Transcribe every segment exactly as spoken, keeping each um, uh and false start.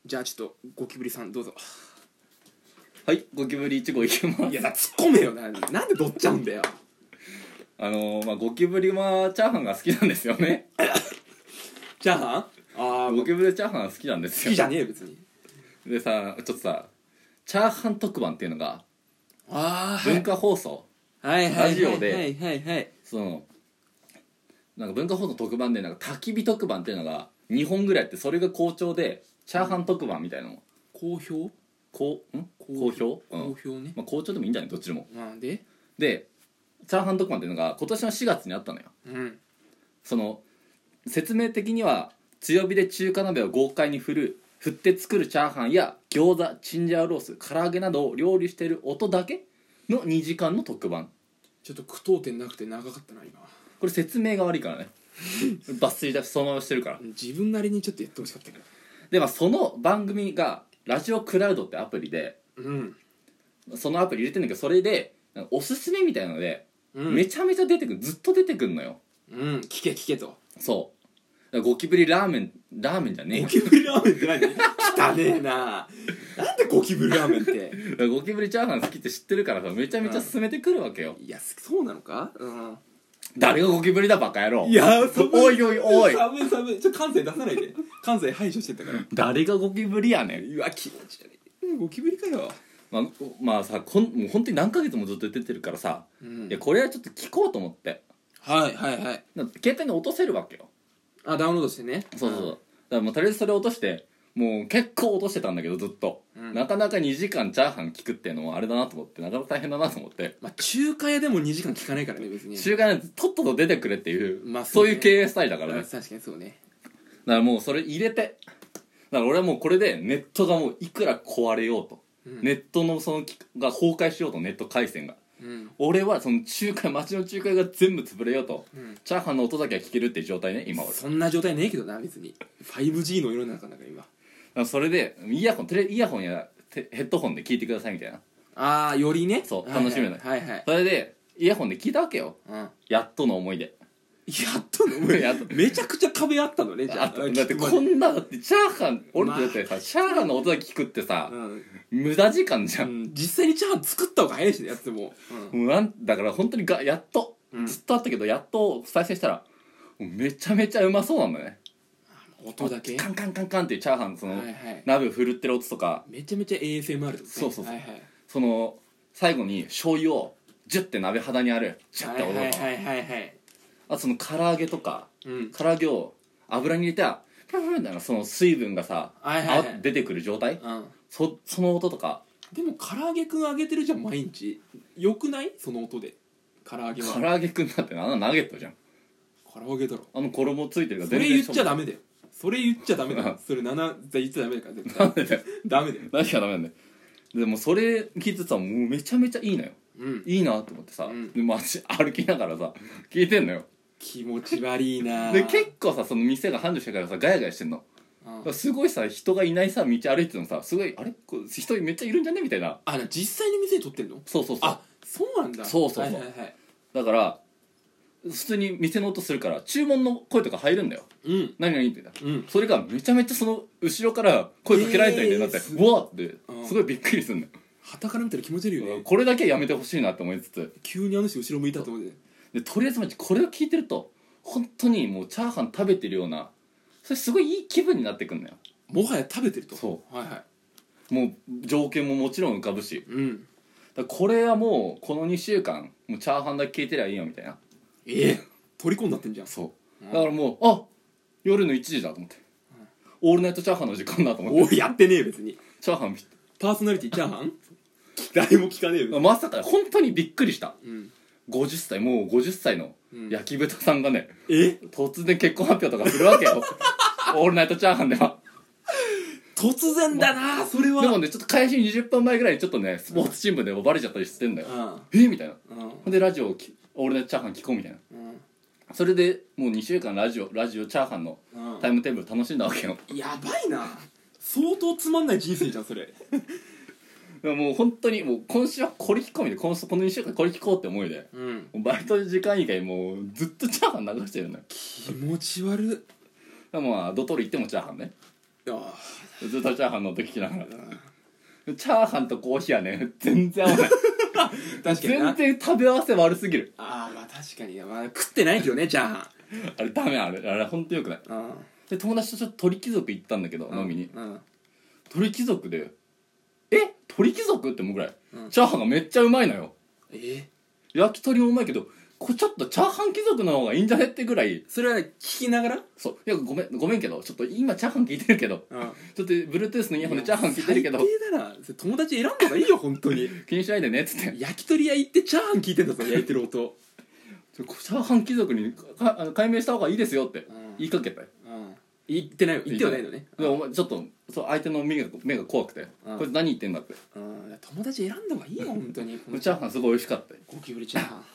じゃあちょっとゴキブリさんどうぞ。 はい、ゴキブリいち号いきます。 いや突っ込めよな。なんで取っちゃうんだよ。 あのー、まあゴキブリはチャーハンが好きなんですよね。 チャーハン？ああ、 ゴキブリチャーハン好きなんですよ。 好きじゃねえよ別に。 でさ、ちょっとさ、チャーハン特番っていうのがああ、 文化放送、 はいはいはいラジオではいはいはいそのなんか文化放送特番でなんか焚き火特番っていうのがにほんぐらいあって、それが好調でチャーハン特番みたいなのも好評こうん好評うん好評ね。 まあ好調でもいいんじゃないどっちでも。 なんで？ でチャーハン特番っていうのが今年のしがつにあったのよ。 うん。 その説明的には強火で中華鍋を豪快に振る振って作るチャーハンや餃子、チンジャオロース、唐揚げなどを料理している音だけのにじかんの特番。 ちょっと句読点なくて長かったな今。 これ説明が悪いからね。抜粋だしそのまましてるから。 自分なりにちょっとやってほしかったから。 でまあその番組がラジオクラウドってアプリで、 うん。 そのアプリ入れてるんだけど、それでおすすめみたいなので、 うん、 めちゃめちゃ出てくる、ずっと出てくるのよ。 うん、聞け聞けと。 そうだからゴキブリラーメンラーメンじゃねえよ。 ゴキブリラーメンって何？汚ねえな。なんでゴキブリラーメンって。 ゴキブリチャーハン好きって知ってるからさ、めちゃめちゃ勧めてくるわけよ。 いやそうなのか？うん。 誰がゴキブリだバカ野郎。 いやおいおいおい、 寒い寒い。ちょっと関西出さないで。関西排除してたから。 誰がゴキブリやねん。 うわ気持ち悪い。ゴキブリかよ。 まあ、まあさこんもう本当に何ヶ月もずっと出てるからさ、 うん、 いやこれはちょっと聞こうと思って、 はいはいはい。 だって携帯に落とせるわけよ。 あ、ダウンロードしてね。 そうそうそう、だからもうとりあえずそれ落として、もう結構落としてたんだけどずっと、うん、なかなかにじかんチャーハン聞くっていうのもあれだなと思って、なかなか大変だなと思って。 まあ中華屋でもにじかん聞かないからね別に。 中華屋でとっとと出てくれっていう、まあ そうね、そういう経営スタイルだからね。 確かにそうね。 だからもうそれ入れて、だから俺はもうこれでネットがもういくら壊れようと、うん、ネットのそのが崩壊しようと、ネット回線が、うん、俺はその中華町の中華屋が全部潰れようと、うん、チャーハンの音だけは聞けるっていう状態ね今は。 そんな状態ねえけどな別に。 ファイブジー の世の中なんか今。 それでイヤホンテレイヤホンやヘッドホンで聞いてくださいみたいな。 ああよりね。 そう楽しめない、 はいはい、はいはい、 それでイヤホンで聞いたわけよ、うん、やっとの思いで。 やっとの思いやっとめちゃくちゃ壁あったのね。じゃあだってこんなだってチャーハン俺だってさ、まあ、チャーハンの音だけ聞くってさ、うん、無駄時間じゃん、うん、 実際にチャーハン作った方が早いしねやっても、 うん、もうなんだから本当にがやっと、うん、ずっとあったけどやっと再生したらもうめちゃめちゃうまそうなんだね。 音だけカンカンカンカンっていうチャーハンその、はいはい、鍋を振るってる音とかめちゃめちゃ エーエスエムアール ですね。 そうそうそう、はいはい、その最後に醤油をジュッて鍋肌にあるジュッて踊るの、はいはいはいはい、あとその唐揚げとか、うん、唐揚げを油に入れたらプルプルみたいなその水分がさ、はいはいはい、出てくる状態、うん、そ, その音とか。 でも唐揚げくん揚げてるじゃん毎日。よくない？その音で唐揚げは。 唐揚げくんだってあのナゲットじゃん。 唐揚げだろ。あの衣ついてるから全然。それ言っちゃダメだよ。それ言っちゃダメだよ。それなな言っちゃダメだから絶対。なんでだよ。ダメだよ。 何がダメなんだよ。でもそれ聞いてさもうめちゃめちゃいいのよ、うん、いいなと思ってさ、うん、でも歩きながらさ聞いてんのよ。 気持ち悪いな。 で結構さその店が繁盛してからさガヤガヤしてんの、うん、すごいさ人がいないさ道歩いててもさすごいあれこう人めっちゃいるんじゃねみたいな。 あ実際に店に撮ってんの？ そうそうそう。 あそうなんだ。 そうそうそう、はいはいはい、だから普通に店の音するから注文の声とか入るんだよ、うん、何々って言ったら、うん、それがめちゃめちゃその後ろから声かけられたりでなって、えー、うわーってすごいびっくりするんだよ。 旗から見たら気持ち悪いよね。 これだけはやめてほしいなって思いつつ急にあの人後ろ向いたと思うででとりあえずマジこれを聞いてると本当にもうチャーハン食べてるようなそれすごいいい気分になってくんだよ。 もはや食べてると。 そうはいはい。 もう条件ももちろん浮かぶし、うん、だこれはもうこのにしゅうかんもうチャーハンだけ聞いてりゃいいよみたいな。 ええ虜になってんじゃん。 そう、うん、だからもうあ夜のいちじだと思って、うん、オールナイトチャーハンの時間だと思って。 おいやってねえ別に。 チャーハンパーソナリティチャーハン誰も聞かねえよ。 まさか本当にびっくりした、うん、ごじゅっさいもうごじゅっさいの焼き豚さんがね、うん、え突然結婚発表とかするわけよオールナイトチャーハンでは突然だな、ま、それは。 でもねちょっと開始にじゅっぷんまえぐらいにちょっとねスポーツ新聞でもバレちゃったりしてんだよ、うん、えみたいな、うん、ほんでラジオをオールナイトチャーハン聞こうみたいな、うん、それでもうにしゅうかんラジオラジオチャーハンのタイムテーブル楽しんだわけよ、 うん、やばいな相当つまんない人生じゃんそれもう本当にもう今週はこれ聞こうみたいな、このこのにしゅうかんこれ聞こうって思いで、うん、もうバイト時間以外もうずっとチャーハン流してるんだよ。 気持ち悪っ。 でもまあドトール行ってもチャーハンね。 いやずっとチャーハンの音聞きながらチャーハンとコーヒーはね全然合わない確かにな全然食べ合わせ悪すぎる。 ああまあ確かに、まあ、食ってないけどねチャーハンあれダメ、あれあれほんとよくない。で友達とちょっと鳥貴族行ったんだけど、飲みに、うん、鳥貴族でえ鳥貴族って思うぐらい、うん、チャーハンがめっちゃうまいのよ。え焼き鳥もうまいけどこれちょっとチャーハン貴族の方がいいんじゃねってぐらい。 それは聞きながらそういやごめんごめんけどちょっと今チャーハン聞いてるけど、うん、ちょっと Bluetooth のイヤホンでチャーハン聞いてるけど最低だな。友達選んだ方がいいよ本当に気にしないでねっつって焼き鳥屋行ってチャーハン聞いてんだぞ焼いてる音チャーハン貴族にかあの解明した方がいいですよって言いかけたよ、うんうん、 言ってないよ言ってはないのね。 でお前ちょっとそう相手の目が目が怖くて、うん、これ何言ってんだって、 うん、友達選んだ方がいいよ本当にチャーハンすごい美味しかったよ。 ゴキブリチャーハン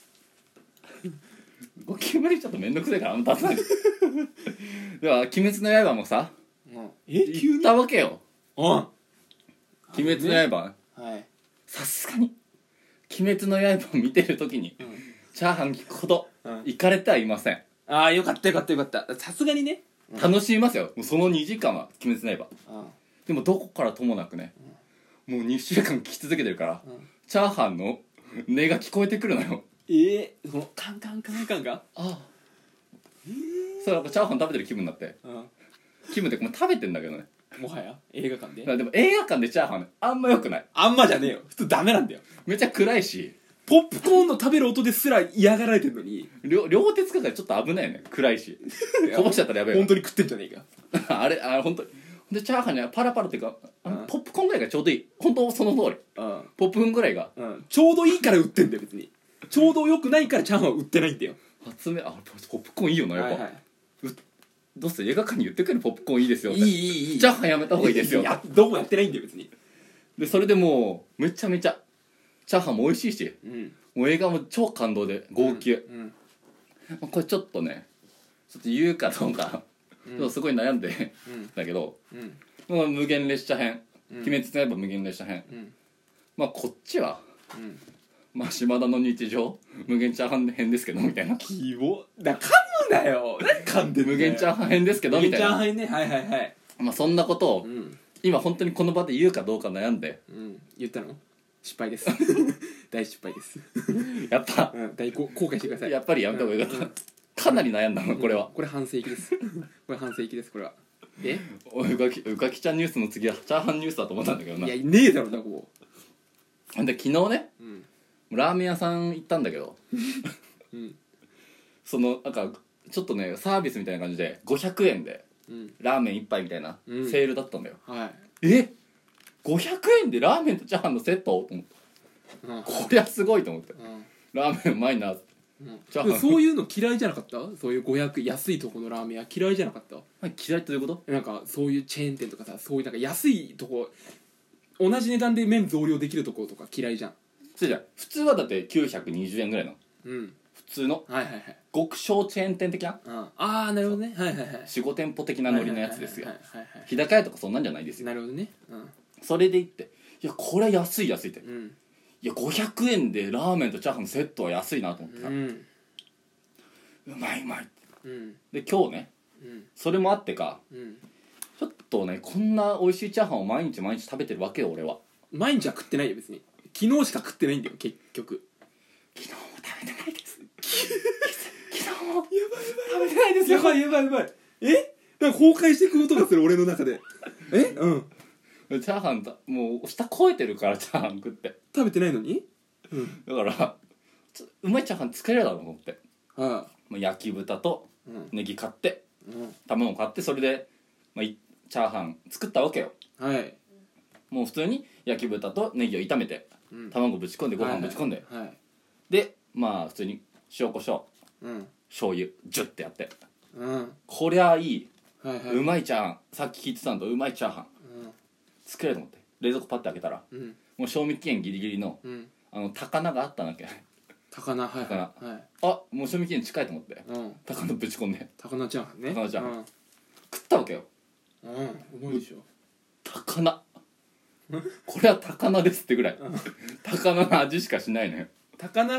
ゴキブリちょっとめんどくせえからあんま出さないでは「鬼滅の刃」もさ、うん、え急に言ったわけよ。うん「鬼滅の刃」さすがに「鬼滅の刃」を見てる時に、うん、チャーハン聞くほどいかれてはいません、 うん、ああよかったよかったよかったさすがにね、 うん、楽しみますよもうそのにじかんは「鬼滅の刃」うん、でもどこからともなくね、うん、もうにしゅうかん聞き続けてるから、うん、チャーハンの音が聞こえてくるのよ。 ええー、このカンカンカンカンがああえー、そうやっぱチャーハン食べてる気分になって、うん、気分ってもう食べてんだけどねもはや映画館で。 でも映画館でチャーハン、ね、あんま良くない。 あんまじゃねえよ普通ダメなんだよ。 めっちゃ暗いしポップコーンの食べる音ですら嫌がられてるのに両, 両手使うからちょっと危ないよね暗いしこぼしちゃったらやべえ本当に食ってんじゃねえかあれあれ本当にでチャーハンにはパラパラっていうかあのポップコーンぐらいがちょうどいい本当その通り、うん、ポップコーンぐらいが、 うん、ちょうどいいから売ってんだよ別にちょうど良くないからチャーハンは売ってないんだよ。 発明あポップコーンいいよなやっぱ、はいはい、どうする映画館に言ってくるポップコーンいいですよっていいいいいいチャーハンやめた方がいいですよいやどうもやってないんだよ別に。 でそれでもうめちゃめちゃチャーハンも美味しいし、うん、もう映画も超感動で号泣、うんうん、これちょっとねちょっと言うかどうか、うん、ちょっとすごい悩んで、うん、だけど、うん、無限列車編、うん、鬼滅の刃無限列車編、うん、まあこっちは、うんまあ島田の日常無限チャーハン編ですけどみたいな希望だ噛むなよ何噛んでんだよ無限チャーハン編ですけどみたいな無限チャーハン編ねはいはいはいまあそんなことを、うん、今本当にこの場で言うかどうか悩んで、 うん、言ったの失敗です大失敗ですやった、 うん、大後悔してください。 やっぱりやめた方がよかった、うん、かなり悩んだのこれは、 うん、これ半世紀ですこれ半世紀ですこれは。えうかきうかきちゃんニュースの次はチャーハンニュースだと思ったんだけどな。 いやねえだろなこうで昨日ね、うんラーメン屋さん行ったんだけど、うん、そのなんかちょっとねサービスみたいな感じでごひゃくえんで、うん、ラーメン一杯みたいな、うん、セールだったんだよ、はい、えごひゃくえんでラーメンとチャーハンのセットと思って、うん、こりゃすごいと思って、うん、ラーメンうまいなって、 うん、チャーハンそういうの嫌いじゃなかった？そういうごひゃく安いとこのラーメン屋嫌いじゃなかった？ 嫌いってどういうこと？ なんかそういうチェーン店とかさそういうなんか安いとこ同じ値段で麺増量できるところとか嫌いじゃん。 じゃ普通はだってきゅうひゃくにじゅうえんぐらいの、うん、普通の、はいはいはい、極小チェーン店的な、うん、ああなるほどねはいはいはい よん,ご 店舗的なノリのやつですよ。日高屋とかそんなんじゃないですよ。 なるほどね、うん、 それで言っていやこれは安い安いって、うん、いやごひゃくえんでラーメンとチャーハンのセットは安いなと思ってさ、うん、うまいうまいって、うん、で今日ね、うん、それもあってか、うん、ちょっとねこんな美味しいチャーハンを毎日毎日食べてるわけよ俺は。 毎日は食ってないよ別に。昨日しか食ってないんだよ結局。 昨日も食べてないです昨日もやばいやばい食べてないですやばいやばいやばいえなんか崩壊していく音がする俺の中でえうんチャーハンだもう下超えてるからチャーハン食って食べてないのに、うん、 だからうまいチャーハン作れるだろうと思って、はあ、まあ、焼き豚とネギ買って、うん、卵買ってそれで、まあ、チャーハン作ったわけよ。はいもう普通に焼き豚とネギを炒めて、うん、卵ぶち込んでご飯ぶち込んで、はいはいはい、でまあ普通に塩コショウ、うん、醤油ジュッてやって、うん、こりゃいい、はいはい、うまいチャーハンさっき聞いてたんとうまいチャーハン、うん、作れると思って冷蔵庫パッて開けたら、うん、もう賞味期限ギリギリの、うん、あの高菜があったんだっけ高菜はい、 高菜、はい、あもう賞味期限近いと思って、うん、高菜ぶち込んで高菜チャーハンね高菜チャーハン、うん、食ったわけよ。 うんうまいでしょ高菜これは高菜ですってぐらい高菜の味しかしないのよ。 高菜食っ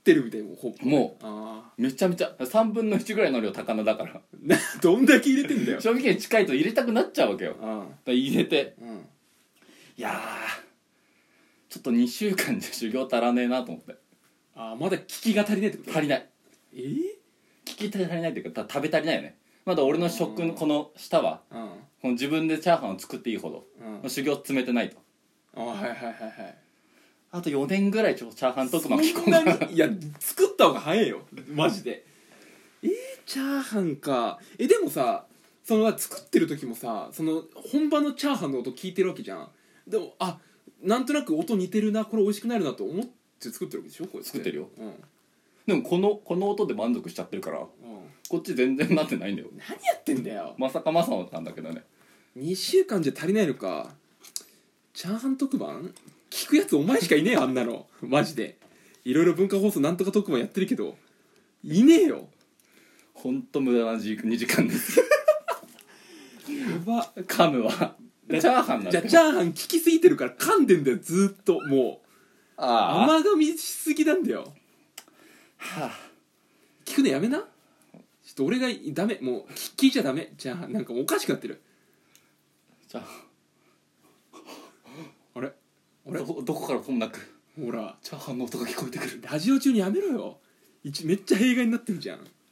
ってるみたいな、もうほぼもうあめちゃめちゃさんぶんのいちぐらいの量高菜だからなどんだけ入れてんだよ賞味期限近いと入れたくなっちゃうわけよ。だかあら入れて、 うんいやーちょっとにしゅうかんじゃ修行足らねえなと思って。 あまだ効きが足りないってこと足りないえー、 聞き足りないっていうか食べ足りないよね。まだ俺の食のこの舌はうんこの自分でチャーハンを作っていいほどうん修行詰めてないと。 あはいはいはいはいあとよねんぐらいちょっとチャーハン特番聞こそんなにいや作った方が早いよマジでえー、チャーハンかえでもさその作ってる時もさその本場のチャーハンの音聞いてるわけじゃん。でもあなんとなく音似てるなこれ美味しくなるなと思って作ってるわけでしょこれ作ってるよ。 うんでもこのこの音で満足しちゃってるからうんこっち全然なってないんだよ。 何やってんだよまさかまさかなんだけどね。 にしゅうかんじゃ足りないのか。チャーハン特番聞くやつお前しかいねえよあんなのマジで。いろいろ文化放送なんとか特番やってるけどいねえよ。 ほんと無駄なじにじかんですやば噛むわチャーハンなんじゃてあチャーハン聞きすぎてるから噛んでんだよずーっともうああ甘噛みしすぎなんだよ。 はあ聞くのやめな。ちょっと俺がダメもう聞いちゃダメ。チャーハンなんかもうおかしくなってる。 じゃああれあれどこどこからともなくほらチャーハンの音が聞こえてくる。 ラジオ中にやめろよ。一めっちゃ弊害になってるじゃん。